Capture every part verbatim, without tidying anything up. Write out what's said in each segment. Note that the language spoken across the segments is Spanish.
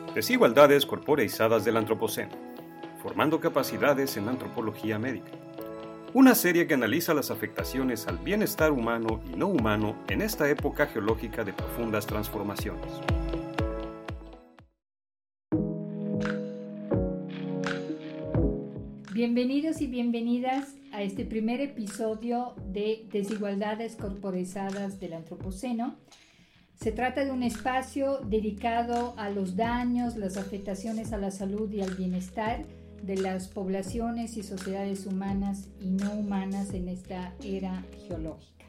Desigualdades corporeizadas del Antropoceno, formando capacidades en la antropología médica. Una serie que analiza las afectaciones al bienestar humano y no humano en esta época geológica de profundas transformaciones. Bienvenidos y bienvenidas a este primer episodio de Desigualdades corporeizadas del Antropoceno. Se trata de un espacio dedicado a los daños, las afectaciones a la salud y al bienestar de las poblaciones y sociedades humanas y no humanas en esta era geológica.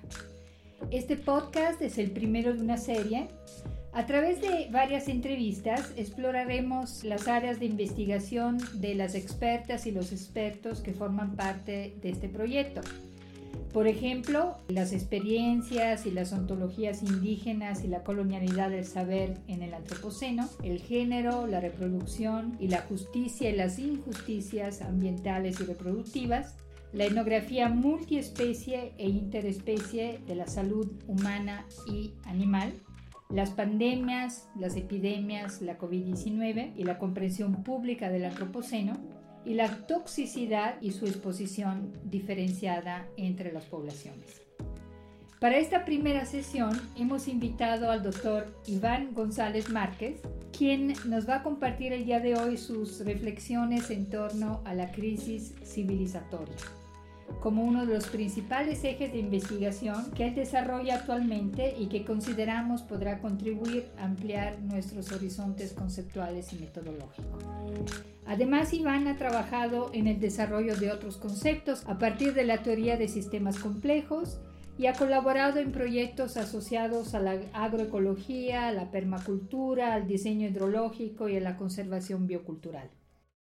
Este podcast es el primero de una serie. A través de varias entrevistas exploraremos las áreas de investigación de las expertas y los expertos que forman parte de este proyecto. Por ejemplo, las experiencias y las ontologías indígenas y la colonialidad del saber en el Antropoceno, el género, la reproducción y la justicia y las injusticias ambientales y reproductivas, la etnografía multiespecie e interespecie de la salud humana y animal, las pandemias, las epidemias, la covid diecinueve y la comprensión pública del Antropoceno, y la toxicidad y su exposición diferenciada entre las poblaciones. Para esta primera sesión hemos invitado al doctor Iván González Márquez, quien nos va a compartir el día de hoy sus reflexiones en torno a la crisis civilizatoria, como uno de los principales ejes de investigación que él desarrolla actualmente y que consideramos podrá contribuir a ampliar nuestros horizontes conceptuales y metodológicos. Además, Iván ha trabajado en el desarrollo de otros conceptos a partir de la teoría de sistemas complejos y ha colaborado en proyectos asociados a la agroecología, a la permacultura, al diseño hidrológico y a la conservación biocultural.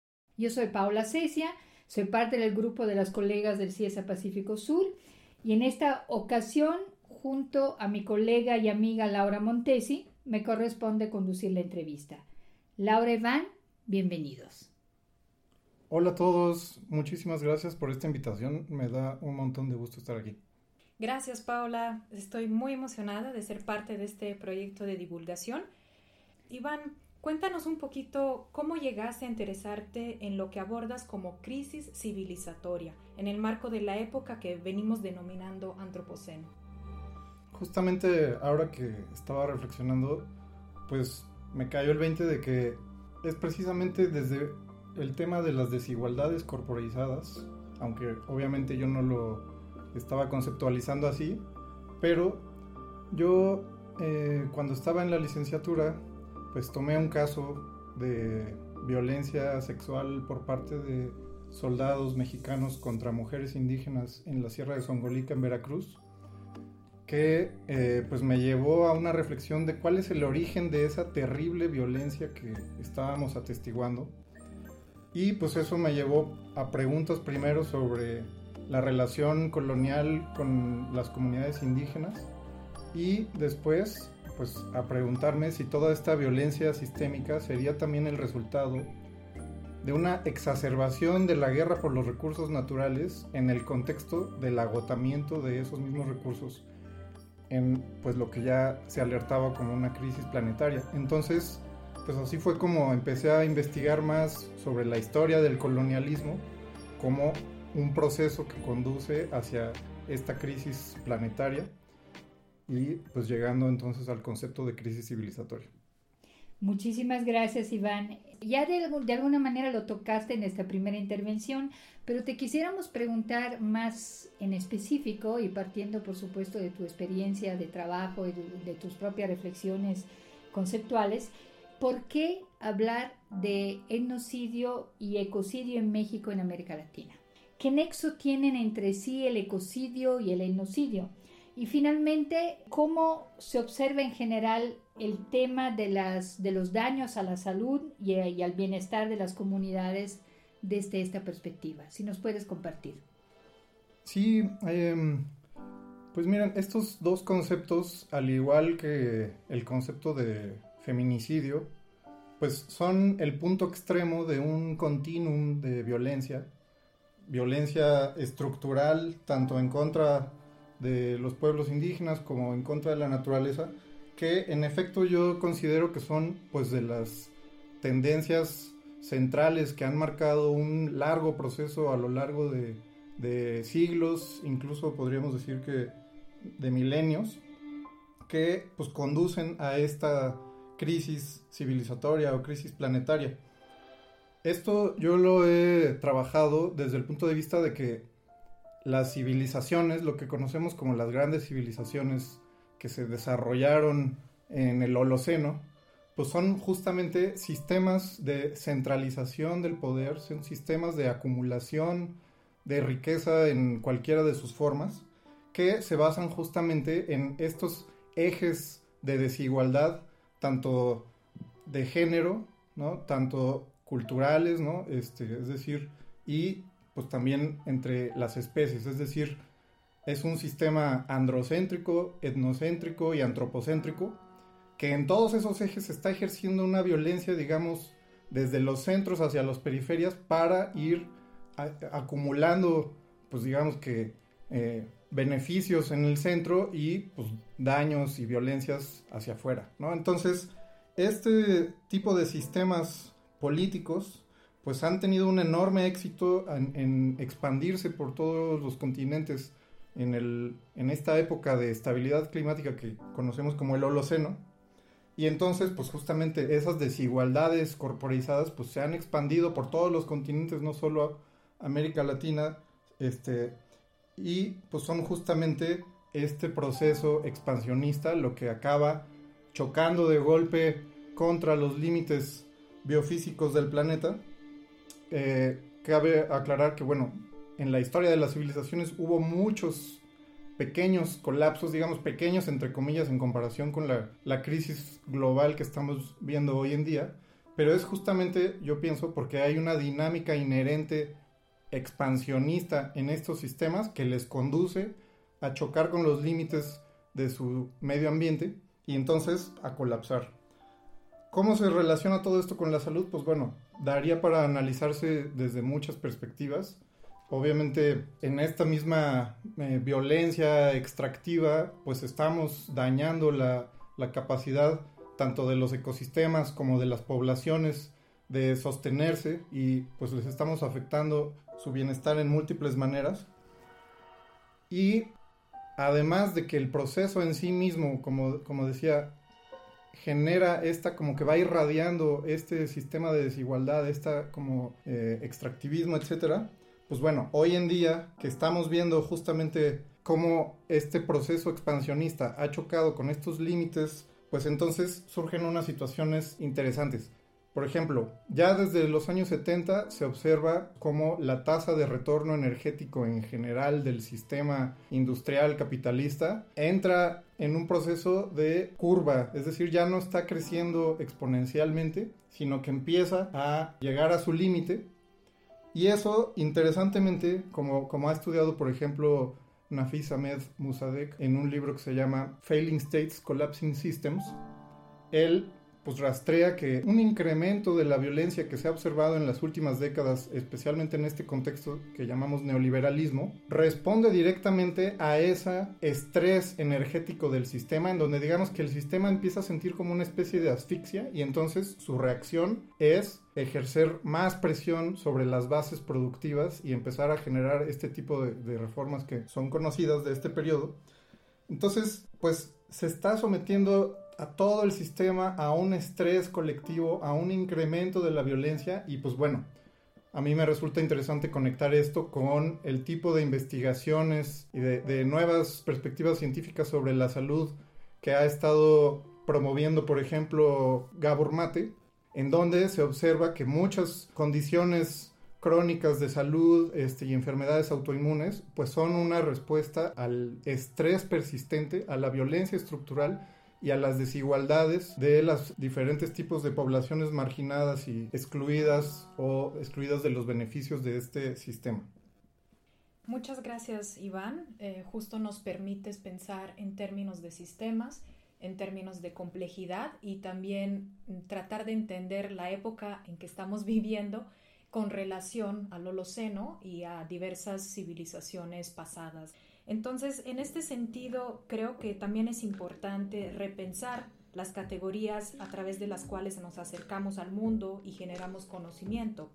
Yo soy Paula Cecia, soy parte del grupo de las colegas del CIESA Pacífico Sur y en esta ocasión, junto a mi colega y amiga Laura Montesi, me corresponde conducir la entrevista. Laura, Iván, bienvenidos. Hola a todos, muchísimas gracias por esta invitación, me da un montón de gusto estar aquí. Gracias, Paula, estoy muy emocionada de ser parte de este proyecto de divulgación. Iván, cuéntanos un poquito cómo llegaste a interesarte en lo que abordas como crisis civilizatoria, en el marco de la época que venimos denominando Antropoceno. Justamente ahora que estaba reflexionando, pues me cayó el veinte de que es precisamente desde el tema de las desigualdades corporeizadas, aunque obviamente yo no lo estaba conceptualizando así, pero yo eh, cuando estaba en la licenciatura, pues tomé un caso de violencia sexual por parte de soldados mexicanos contra mujeres indígenas en la Sierra de Songolica, en Veracruz, que eh, pues me llevó a una reflexión de cuál es el origen de esa terrible violencia que estábamos atestiguando. Y pues eso me llevó a preguntas primero sobre la relación colonial con las comunidades indígenas y después pues a preguntarme si toda esta violencia sistémica sería también el resultado de una exacerbación de la guerra por los recursos naturales en el contexto del agotamiento de esos mismos recursos en pues lo que ya se alertaba como una crisis planetaria. Entonces, pues así fue como empecé a investigar más sobre la historia del colonialismo como un proceso que conduce hacia esta crisis planetaria y pues llegando entonces al concepto de crisis civilizatoria. Muchísimas gracias, Iván. Ya de, de alguna manera lo tocaste en esta primera intervención, pero te quisiéramos preguntar más en específico y partiendo por supuesto de tu experiencia de trabajo y de, de tus propias reflexiones conceptuales, ¿por qué hablar de etnocidio y ecocidio en México, en América Latina? ¿Qué nexo tienen entre sí el ecocidio y el etnocidio? Y finalmente, ¿cómo se observa en general el tema de, las, de los daños a la salud y, y al bienestar de las comunidades desde esta perspectiva? Si nos puedes compartir. Sí, eh, pues miren, estos dos conceptos, al igual que el concepto de feminicidio, pues son el punto extremo de un continuum de violencia, violencia estructural, tanto en contra de los pueblos indígenas como en contra de la naturaleza, que en efecto yo considero que son pues de las tendencias centrales que han marcado un largo proceso a lo largo de, de siglos, incluso podríamos decir que de milenios, que pues conducen a esta crisis civilizatoria o crisis planetaria. Esto yo lo he trabajado desde el punto de vista de que las civilizaciones, lo que conocemos como las grandes civilizaciones que se desarrollaron en el Holoceno, pues son justamente sistemas de centralización del poder, son sistemas de acumulación de riqueza en cualquiera de sus formas, que se basan justamente en estos ejes de desigualdad, tanto de género, ¿no? Tanto culturales, ¿no? Este, es decir, y pues también entre las especies, es decir, es un sistema androcéntrico, etnocéntrico y antropocéntrico, que en todos esos ejes está ejerciendo una violencia, digamos, desde los centros hacia las periferias para ir a, acumulando, pues digamos que eh, beneficios en el centro y pues daños y violencias hacia afuera, ¿no? Entonces, este tipo de sistemas políticos pues han tenido un enorme éxito en, en expandirse por todos los continentes en, el, en esta época de estabilidad climática que conocemos como el Holoceno, y entonces pues justamente esas desigualdades corporizadas pues se han expandido por todos los continentes, no solo América Latina, este, y pues son justamente este proceso expansionista lo que acaba chocando de golpe contra los límites biofísicos del planeta. Eh, cabe aclarar que, bueno, en la historia de las civilizaciones hubo muchos pequeños colapsos, digamos pequeños entre comillas en comparación con la, la crisis global que estamos viendo hoy en día, pero es justamente, yo pienso, porque hay una dinámica inherente expansionista en estos sistemas que les conduce a chocar con los límites de su medio ambiente y entonces a colapsar. ¿Cómo se relaciona todo esto con la salud? Pues bueno, daría para analizarse desde muchas perspectivas. Obviamente, en esta misma eh, violencia extractiva, pues estamos dañando la, la capacidad tanto de los ecosistemas como de las poblaciones de sostenerse y pues les estamos afectando su bienestar en múltiples maneras. Y además de que el proceso en sí mismo, como, como decía, genera esta, como que va irradiando este sistema de desigualdad, esta como eh, extractivismo, etcétera. Pues bueno, hoy en día que estamos viendo justamente cómo este proceso expansionista ha chocado con estos límites, pues entonces surgen unas situaciones interesantes. Por ejemplo, ya desde los años setenta se observa cómo la tasa de retorno energético en general del sistema industrial capitalista entra en un proceso de curva, es decir, ya no está creciendo exponencialmente, sino que empieza a llegar a su límite. Y eso, interesantemente, como, como ha estudiado, por ejemplo, Nafis Ahmed Musadegh en un libro que se llama Failing States, Collapsing Systems, él pues rastrea que un incremento de la violencia que se ha observado en las últimas décadas, especialmente en este contexto que llamamos neoliberalismo, responde directamente a ese estrés energético del sistema, en donde digamos que el sistema empieza a sentir como una especie de asfixia y entonces su reacción es ejercer más presión sobre las bases productivas y empezar a generar este tipo de, de reformas que son conocidas de este periodo. Entonces, pues se está sometiendo a todo el sistema a un estrés colectivo, a un incremento de la violencia y pues bueno, a mí me resulta interesante conectar esto con el tipo de investigaciones y de, de nuevas perspectivas científicas sobre la salud que ha estado promoviendo, por ejemplo, Gabor Mate, en donde se observa que muchas condiciones crónicas de salud este, y enfermedades autoinmunes pues son una respuesta al estrés persistente, a la violencia estructural y a las desigualdades de los diferentes tipos de poblaciones marginadas y excluidas o excluidas de los beneficios de este sistema. Muchas gracias, Iván. Eh, justo nos permites pensar en términos de sistemas, en términos de complejidad y también tratar de entender la época en que estamos viviendo con relación al Holoceno y a diversas civilizaciones pasadas. Entonces, en este sentido, creo que también es importante repensar las categorías a través de las cuales nos acercamos al mundo y generamos conocimiento.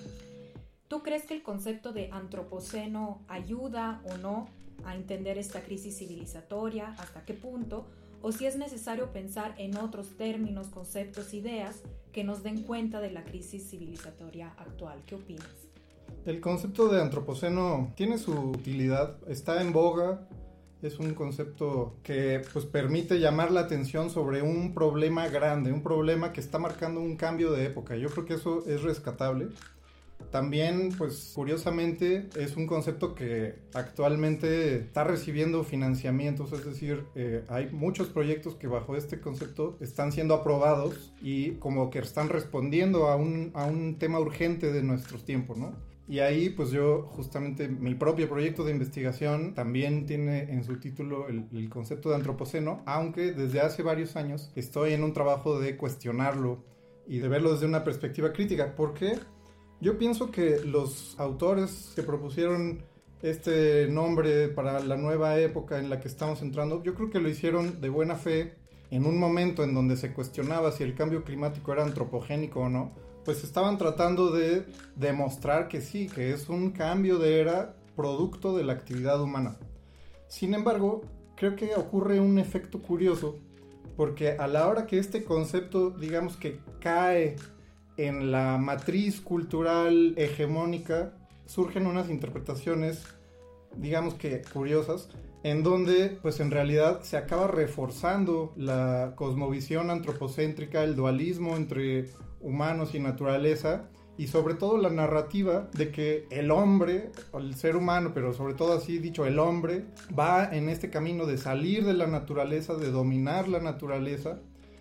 ¿Tú crees que el concepto de antropoceno ayuda o no a entender esta crisis civilizatoria? ¿Hasta qué punto? O si es necesario pensar en otros términos, conceptos, ideas que nos den cuenta de la crisis civilizatoria actual. ¿Qué opinas? El concepto de antropoceno tiene su utilidad, está en boga, es un concepto que pues, permite llamar la atención sobre un problema grande, un problema que está marcando un cambio de época. Yo creo que eso es rescatable. También, pues curiosamente, es un concepto que actualmente está recibiendo financiamientos, es decir, eh, hay muchos proyectos que bajo este concepto están siendo aprobados y como que están respondiendo a un, a un tema urgente de nuestros tiempos, ¿no? Y ahí, pues yo, justamente, mi propio proyecto de investigación también tiene en su título el, el concepto de antropoceno, aunque desde hace varios años estoy en un trabajo de cuestionarlo y de verlo desde una perspectiva crítica. ¿Por qué? Yo pienso que los autores que propusieron este nombre para la nueva época en la que estamos entrando, yo creo que lo hicieron de buena fe en un momento en donde se cuestionaba si el cambio climático era antropogénico o no, pues estaban tratando de demostrar que sí, que es un cambio de era producto de la actividad humana. Sin embargo, creo que ocurre un efecto curioso, porque a la hora que este concepto, digamos que cae en la matriz cultural hegemónica, surgen unas interpretaciones, digamos que curiosas, en donde pues en realidad se acaba reforzando la cosmovisión antropocéntrica, el dualismo entre humanos y naturaleza, y sobre todo la narrativa de que el hombre, o el ser humano, pero sobre todo así dicho, el hombre, va en este camino de salir de la naturaleza, de dominar la naturaleza,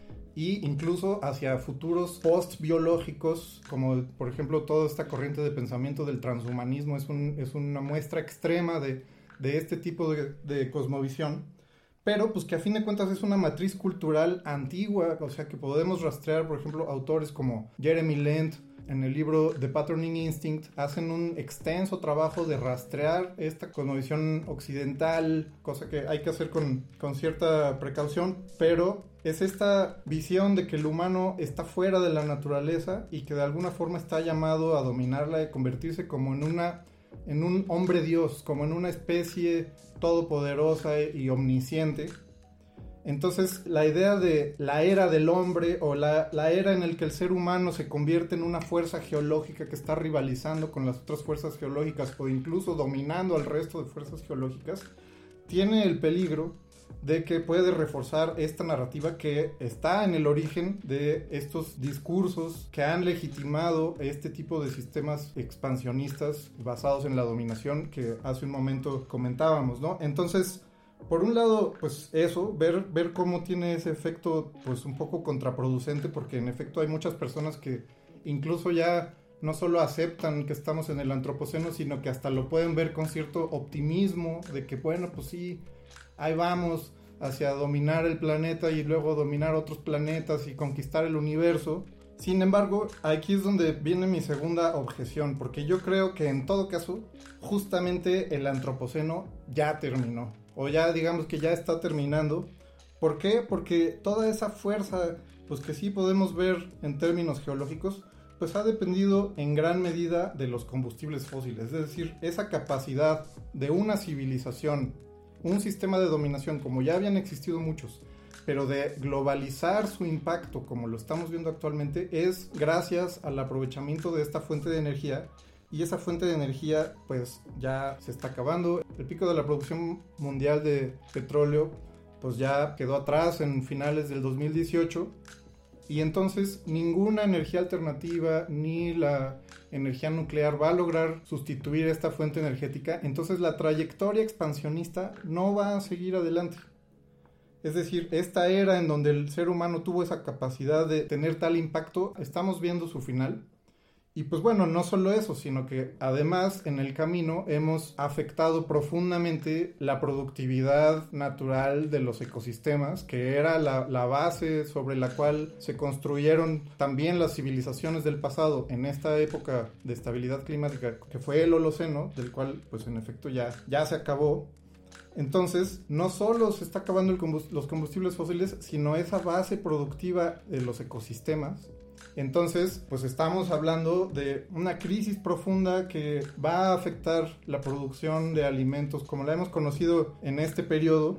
y incluso hacia futuros post-biológicos, como por ejemplo toda esta corriente de pensamiento del transhumanismo es, un, es una muestra extrema de, de este tipo de, de cosmovisión, pero pues que a fin de cuentas es una matriz cultural antigua, o sea que podemos rastrear, por ejemplo, autores como Jeremy Lent, en el libro The Patterning Instinct, hacen un extenso trabajo de rastrear esta cosmovisión occidental, cosa que hay que hacer con, con cierta precaución, pero es esta visión de que el humano está fuera de la naturaleza y que de alguna forma está llamado a dominarla y convertirse como en, una, en un hombre dios, como en una especie todopoderosa y omnisciente. Entonces la idea de la era del hombre o la, la era en la que el ser humano se convierte en una fuerza geológica que está rivalizando con las otras fuerzas geológicas o incluso dominando al resto de fuerzas geológicas, tiene el peligro de que puede reforzar esta narrativa que está en el origen de estos discursos que han legitimado este tipo de sistemas expansionistas basados en la dominación que hace un momento comentábamos, ¿no? Entonces, por un lado, pues eso, ver, ver cómo tiene ese efecto pues un poco contraproducente, porque en efecto hay muchas personas que incluso ya no solo aceptan que estamos en el antropoceno, sino que hasta lo pueden ver con cierto optimismo de que bueno, pues sí, ahí vamos hacia dominar el planeta y luego dominar otros planetas y conquistar el universo. Sin embargo, aquí es donde viene mi segunda objeción, porque yo creo que en todo caso, justamente el antropoceno ya terminó, o ya digamos que ya está terminando. ¿Por qué? Porque toda esa fuerza, pues que sí podemos ver en términos geológicos, pues ha dependido en gran medida de los combustibles fósiles, es decir, esa capacidad de una civilización, un sistema de dominación, como ya habían existido muchos, pero de globalizar su impacto como lo estamos viendo actualmente, es gracias al aprovechamiento de esta fuente de energía, y esa fuente de energía pues ya se está acabando. El pico de la producción mundial de petróleo pues ya quedó atrás en finales del dos mil dieciocho, y entonces ninguna energía alternativa ni la energía nuclear va a lograr sustituir esta fuente energética. Entonces la trayectoria expansionista no va a seguir adelante. Es decir, esta era en donde el ser humano tuvo esa capacidad de tener tal impacto, estamos viendo su final. Y pues bueno, no solo eso, sino que además en el camino hemos afectado profundamente la productividad natural de los ecosistemas, que era la, la base sobre la cual se construyeron también las civilizaciones del pasado en esta época de estabilidad climática, que fue el Holoceno, del cual pues en efecto ya, ya se acabó. Entonces, no solo se está acabando el combust- los combustibles fósiles, sino esa base productiva de los ecosistemas. Entonces, pues estamos hablando de una crisis profunda que va a afectar la producción de alimentos como la hemos conocido en este periodo.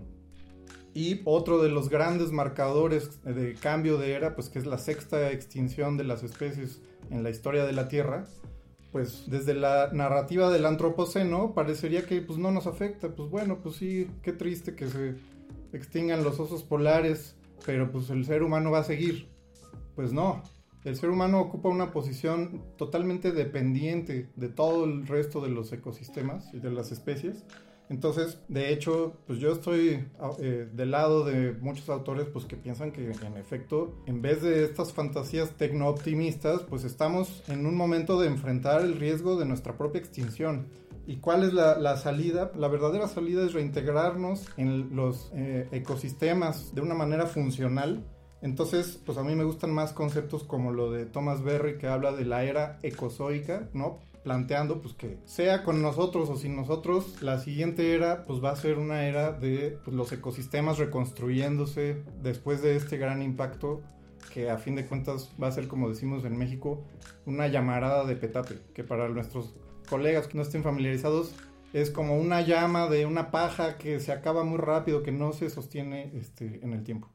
Y otro de los grandes marcadores de cambio de era, pues que es la sexta extinción de las especies en la historia de la Tierra, pues desde la narrativa del antropoceno parecería que pues no nos afecta. Pues bueno, pues sí, qué triste que se extingan los osos polares, pero pues el ser humano va a seguir. Pues no, el ser humano ocupa una posición totalmente dependiente de todo el resto de los ecosistemas y de las especies. Entonces, de hecho, pues yo estoy eh, del lado de muchos autores pues que piensan que en efecto, en vez de estas fantasías tecno-optimistas, pues estamos en un momento de enfrentar el riesgo de nuestra propia extinción. ¿Y cuál es la, la salida? La verdadera salida es reintegrarnos en los eh, ecosistemas de una manera funcional. Entonces, pues a mí me gustan más conceptos como lo de Thomas Berry, que habla de la era ecozoica, ¿no? Planteando pues que sea con nosotros o sin nosotros, la siguiente era pues va a ser una era de pues, los ecosistemas reconstruyéndose después de este gran impacto que a fin de cuentas va a ser, como decimos en México, una llamarada de petate, que para nuestros colegas que no estén familiarizados es como una llama de una paja que se acaba muy rápido, que no se sostiene este, en el tiempo.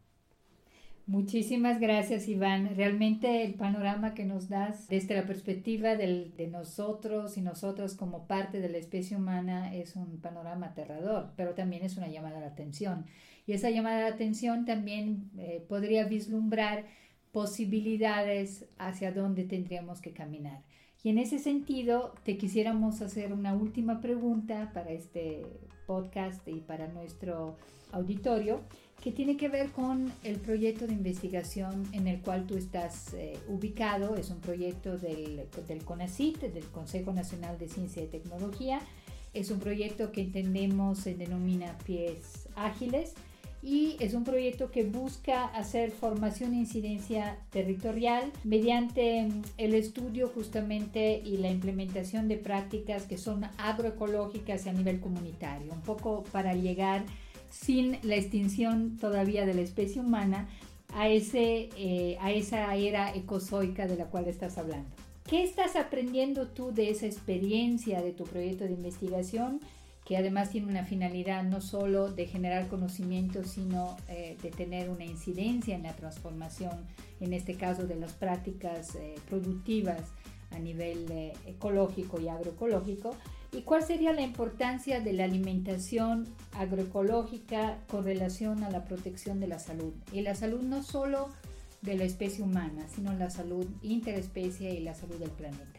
Muchísimas gracias, Iván. Realmente el panorama que nos das desde la perspectiva del, de nosotros y nosotras como parte de la especie humana es un panorama aterrador, pero también es una llamada a la atención. Y esa llamada a la atención también eh, podría vislumbrar posibilidades hacia dónde tendríamos que caminar. Y en ese sentido, te quisiéramos hacer una última pregunta para este podcast y para nuestro auditorio, que tiene que ver con el proyecto de investigación en el cual tú estás eh, ubicado. Es un proyecto del, del CONACYT, del Consejo Nacional de Ciencia y Tecnología. Es un proyecto que entendemos se denomina Pies Ágiles y es un proyecto que busca hacer formación e incidencia territorial mediante el estudio justamente y la implementación de prácticas que son agroecológicas a nivel comunitario, un poco para llegar sin la extinción todavía de la especie humana a, ese, eh, a esa era ecozoica de la cual estás hablando. ¿Qué estás aprendiendo tú de esa experiencia de tu proyecto de investigación, que además tiene una finalidad no solo de generar conocimiento, sino eh, de tener una incidencia en la transformación, en este caso de las prácticas eh, productivas a nivel eh, ecológico y agroecológico? ¿Y cuál sería la importancia de la alimentación agroecológica con relación a la protección de la salud? Y la salud no solo de la especie humana, sino la salud interespecie y la salud del planeta.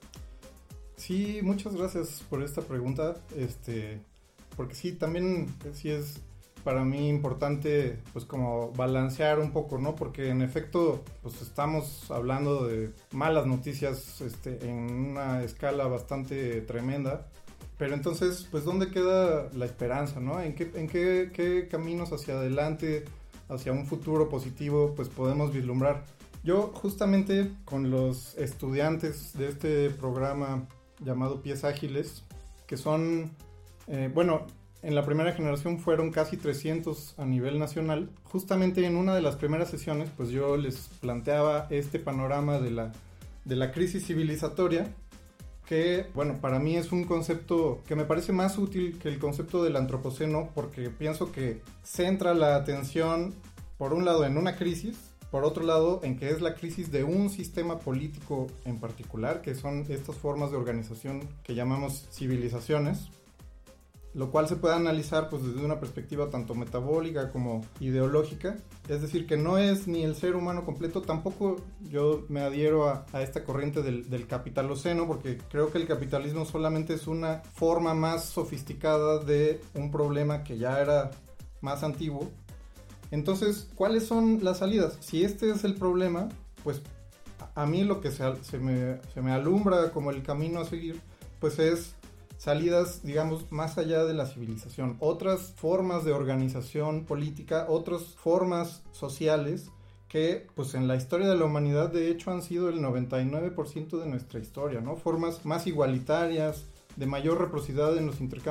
Sí, muchas gracias por esta pregunta, este, porque sí, también sí es para mí importante pues como balancear un poco, ¿no? Porque en efecto pues estamos hablando de malas noticias este, en una escala bastante tremenda, pero entonces pues ¿dónde queda la esperanza, ¿no? ¿En qué, en qué, qué caminos hacia adelante, hacia un futuro positivo pues podemos vislumbrar? Yo justamente con los estudiantes de este programa llamado Pies Ágiles, que son, eh, bueno, en la primera generación fueron casi trescientos a nivel nacional. Justamente en una de las primeras sesiones, pues yo les planteaba este panorama de la, de la crisis civilizatoria, que, bueno, para mí es un concepto que me parece más útil que el concepto del antropoceno, porque pienso que centra la atención, por un lado, en una crisis, por otro lado, en que es la crisis de un sistema político en particular, que son estas formas de organización que llamamos civilizaciones, lo cual se puede analizar pues desde una perspectiva tanto metabólica como ideológica, es decir, que no es ni el ser humano completo. Tampoco yo me adhiero a, a esta corriente del, del capitaloceno, porque creo que el capitalismo solamente es una forma más sofisticada de un problema que ya era más antiguo. Entonces, ¿cuáles son las salidas? Si este es el problema, pues a mí lo que se, se, me, se me alumbra como el camino a seguir, pues es salidas, digamos, más allá de la civilización, otras formas de organización política, otras formas sociales que, pues en la historia de la humanidad, de hecho, han sido el noventa y nueve por ciento de nuestra historia, ¿no? Formas más igualitarias, de mayor reciprocidad en los intercambios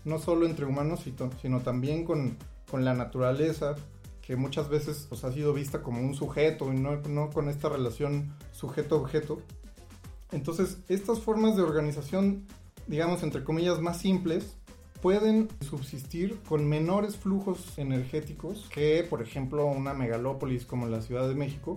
no solo entre humanos, sino también con, con la naturaleza, que muchas veces pues, ha sido vista como un sujeto y no, no con esta relación sujeto-objeto. Entonces, estas formas de organización, digamos, entre comillas, más simples, pueden subsistir con menores flujos energéticos que, por ejemplo, una megalópolis como la Ciudad de México,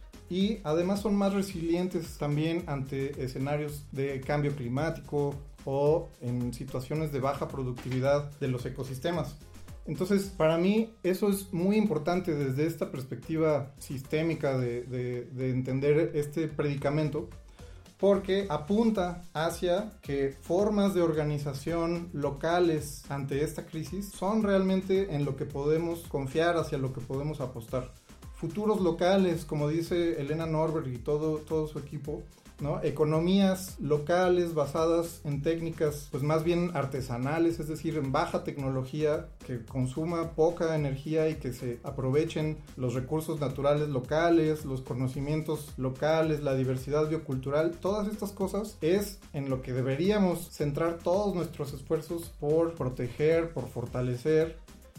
y además son más resilientes también ante escenarios de cambio climático o en situaciones de baja productividad de los ecosistemas. Entonces, para mí eso es muy importante desde esta perspectiva sistémica de, de, de entender este predicamento, porque apunta hacia que formas de organización locales ante esta crisis son realmente en lo que podemos confiar, hacia lo que podemos apostar. Futuros locales, como dice Elena Norberg y todo, todo su equipo, ¿no? Economías locales basadas en técnicas pues más bien artesanales, es decir, en baja tecnología, que consuma poca energía y que se aprovechen los recursos naturales locales, los conocimientos locales, la diversidad biocultural. Todas estas cosas es en lo que deberíamos centrar todos nuestros esfuerzos por proteger, por fortalecer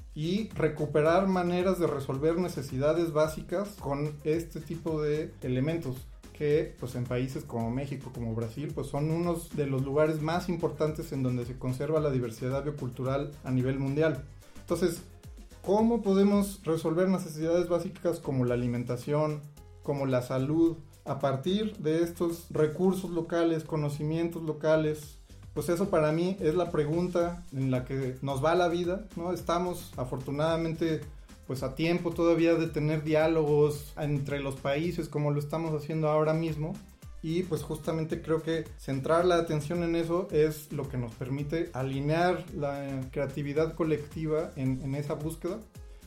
y recuperar maneras de resolver necesidades básicas con este tipo de elementos, que pues en países como México, como Brasil, pues son unos de los lugares más importantes en donde se conserva la diversidad biocultural a nivel mundial. Entonces, ¿cómo podemos resolver necesidades básicas como la alimentación, como la salud, a partir de estos recursos locales, conocimientos locales? Pues eso para mí es la pregunta en la que nos va la vida, ¿no? Estamos afortunadamente pues a tiempo todavía de tener diálogos entre los países como lo estamos haciendo ahora mismo, y pues justamente creo que centrar la atención en eso es lo que nos permite alinear la creatividad colectiva en, en esa búsqueda,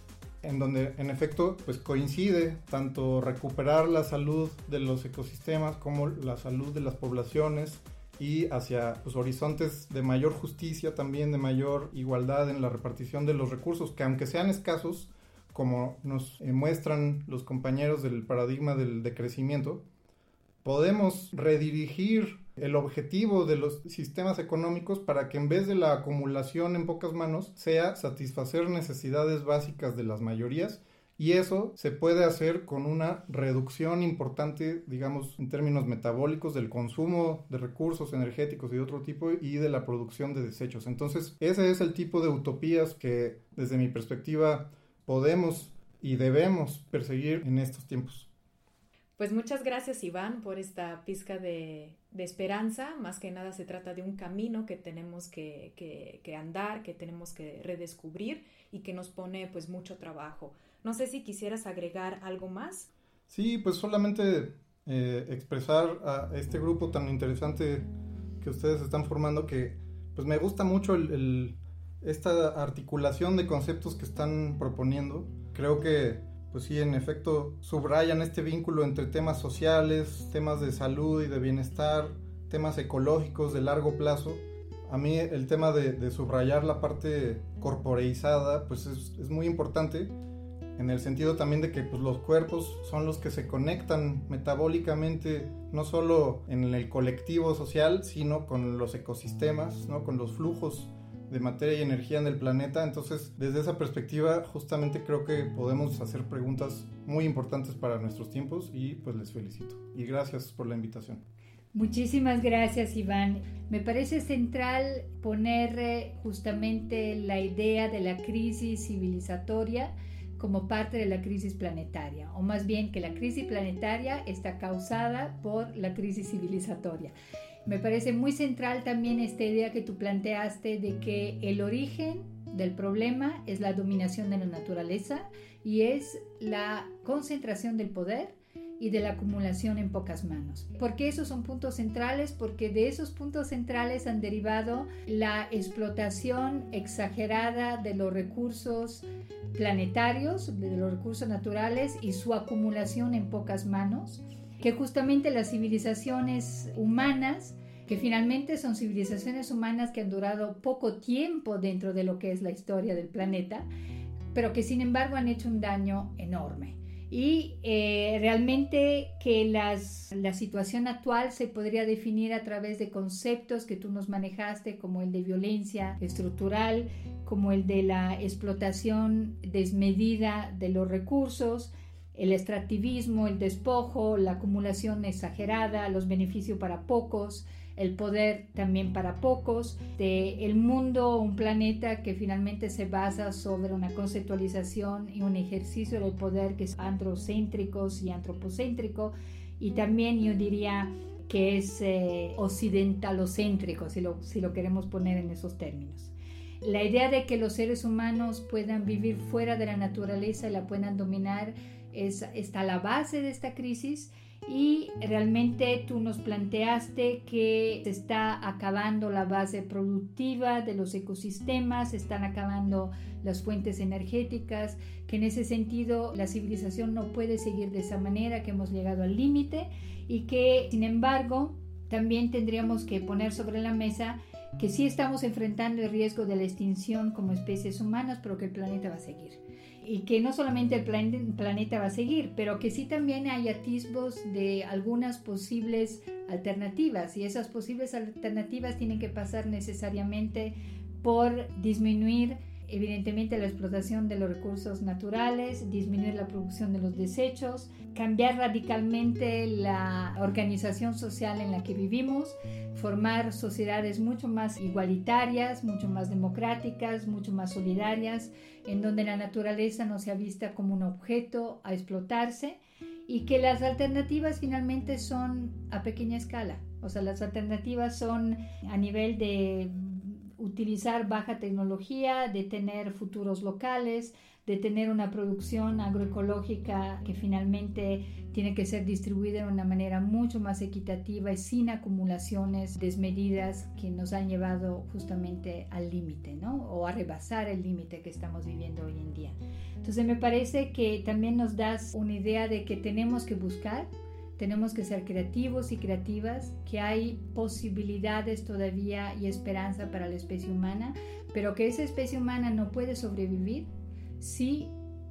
en donde en efecto pues coincide tanto recuperar la salud de los ecosistemas como la salud de las poblaciones, y hacia pues, horizontes de mayor justicia, también de mayor igualdad en la repartición de los recursos, que aunque sean escasos, como nos eh, muestran los compañeros del paradigma del decrecimiento, podemos redirigir el objetivo de los sistemas económicos para que en vez de la acumulación en pocas manos, sea satisfacer necesidades básicas de las mayorías, y eso se puede hacer con una reducción importante, digamos, en términos metabólicos del consumo de recursos energéticos y de otro tipo, y de la producción de desechos. Entonces, ese es el tipo de utopías que, desde mi perspectiva, podemos y debemos perseguir en estos tiempos. Pues muchas gracias, Iván, por esta pizca de, de esperanza. Más que nada se trata de un camino que tenemos que, que, que andar, que tenemos que redescubrir y que nos pone pues mucho trabajo. No sé si quisieras agregar algo más. Sí, pues solamente eh, expresar a este grupo tan interesante que ustedes están formando, que pues me gusta mucho el, el, esta articulación de conceptos que están proponiendo. Creo que pues sí, en efecto subrayan este vínculo entre temas sociales, temas de salud y de bienestar, temas ecológicos de largo plazo. A mí el tema de, de subrayar la parte corporeizada pues es, es muy importante, en el sentido también de que pues, los cuerpos son los que se conectan metabólicamente, no solo en el colectivo social, sino con los ecosistemas, ¿no? Con los flujos de materia y energía en el planeta. Entonces, desde esa perspectiva, justamente creo que podemos hacer preguntas muy importantes para nuestros tiempos, y pues les felicito. Y gracias por la invitación. Muchísimas gracias, Iván. Me parece central poner justamente la idea de la crisis civilizatoria como parte de la crisis planetaria, o más bien que la crisis planetaria está causada por la crisis civilizatoria. Me parece muy central también esta idea que tú planteaste de que el origen del problema es la dominación de la naturaleza y es la concentración del poder y de la acumulación en pocas manos. ¿Por qué esos son puntos centrales? Porque de esos puntos centrales han derivado la explotación exagerada de los recursos planetarios, de los recursos naturales, y su acumulación en pocas manos, que justamente las civilizaciones humanas, que finalmente son civilizaciones humanas que han durado poco tiempo dentro de lo que es la historia del planeta, pero que sin embargo han hecho un daño enorme. Y eh, realmente que las, la situación actual se podría definir a través de conceptos que tú nos manejaste, como el de violencia estructural, como el de la explotación desmedida de los recursos, el extractivismo, el despojo, la acumulación exagerada, los beneficios para pocos, el poder también para pocos, de el mundo, un planeta que finalmente se basa sobre una conceptualización y un ejercicio del poder que es androcéntrico y antropocéntrico, y también yo diría que es eh, occidentalocéntrico, si lo, si lo queremos poner en esos términos. La idea de que los seres humanos puedan vivir fuera de la naturaleza y la puedan dominar es, está a la base de esta crisis. Y realmente tú nos planteaste que se está acabando la base productiva de los ecosistemas, se están acabando las fuentes energéticas, que en ese sentido la civilización no puede seguir de esa manera, que hemos llegado al límite y que sin embargo también tendríamos que poner sobre la mesa que sí estamos enfrentando el riesgo de la extinción como especies humanas, pero que el planeta va a seguir. Y que no solamente el plan- planeta va a seguir, pero que sí también hay atisbos de algunas posibles alternativas, y esas posibles alternativas tienen que pasar necesariamente por disminuir evidentemente la explotación de los recursos naturales, disminuir la producción de los desechos, cambiar radicalmente la organización social en la que vivimos, formar sociedades mucho más igualitarias, mucho más democráticas, mucho más solidarias, en donde la naturaleza no sea vista como un objeto a explotarse, y que las alternativas finalmente son a pequeña escala. O sea, las alternativas son a nivel de utilizar baja tecnología, de tener futuros locales, de tener una producción agroecológica que finalmente tiene que ser distribuida de una manera mucho más equitativa y sin acumulaciones desmedidas que nos han llevado justamente al límite, ¿no? O a rebasar el límite que estamos viviendo hoy en día. Entonces me parece que también nos das una idea de que tenemos que buscar, tenemos que ser creativos y creativas, que hay posibilidades todavía y esperanza para la especie humana, pero que esa especie humana no puede sobrevivir si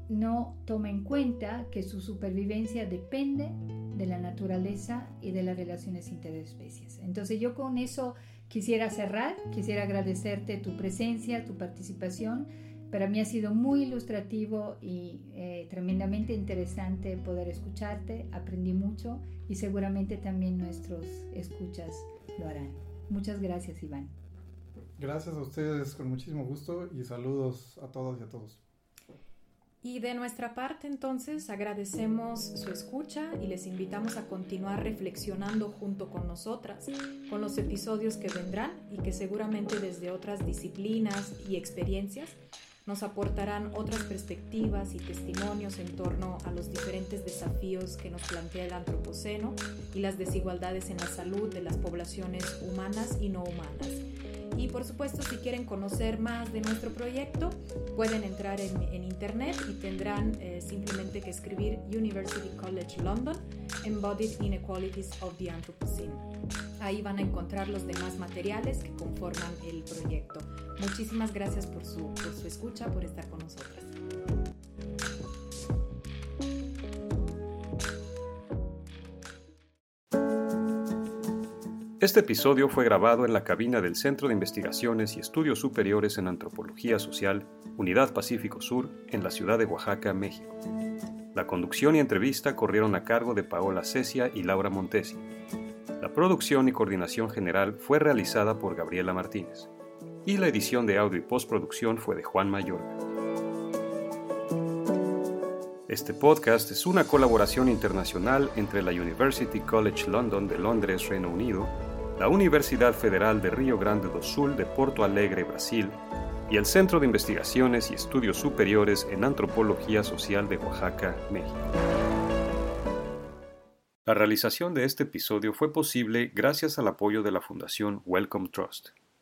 no toma en cuenta que su supervivencia depende de la naturaleza y de las relaciones interespecies. Entonces yo con eso quisiera cerrar, quisiera agradecerte tu presencia, tu participación. Para mí ha sido muy ilustrativo y eh, tremendamente interesante poder escucharte, aprendí mucho y seguramente también nuestros escuchas lo harán. Muchas gracias, Iván. Gracias a ustedes, con muchísimo gusto, y saludos a todas y a todos. Y de nuestra parte, entonces, agradecemos su escucha y les invitamos a continuar reflexionando junto con nosotras con los episodios que vendrán y que seguramente desde otras disciplinas y experiencias nos aportarán otras perspectivas y testimonios en torno a los diferentes desafíos que nos plantea el antropoceno y las desigualdades en la salud de las poblaciones humanas y no humanas. Y por supuesto, si quieren conocer más de nuestro proyecto, pueden entrar en, en internet y tendrán eh, simplemente que escribir University College London, Embodied Inequalities of the Anthropocene. Ahí van a encontrar los demás materiales que conforman el proyecto. Muchísimas gracias por su, por su escucha, por estar con nosotras. Este episodio fue grabado en la cabina del Centro de Investigaciones y Estudios Superiores en Antropología Social, Unidad Pacífico Sur, en la ciudad de Oaxaca, México. La conducción y entrevista corrieron a cargo de Paola Cecia y Laura Montesi. La producción y coordinación general fue realizada por Gabriela Martínez. Y la edición de audio y postproducción fue de Juan Mayorga. Este podcast es una colaboración internacional entre la University College London de Londres, Reino Unido, la Universidad Federal de Rio Grande do Sul de Porto Alegre, Brasil, y el Centro de Investigaciones y Estudios Superiores en Antropología Social de Oaxaca, México. La realización de este episodio fue posible gracias al apoyo de la Fundación Wellcome Trust.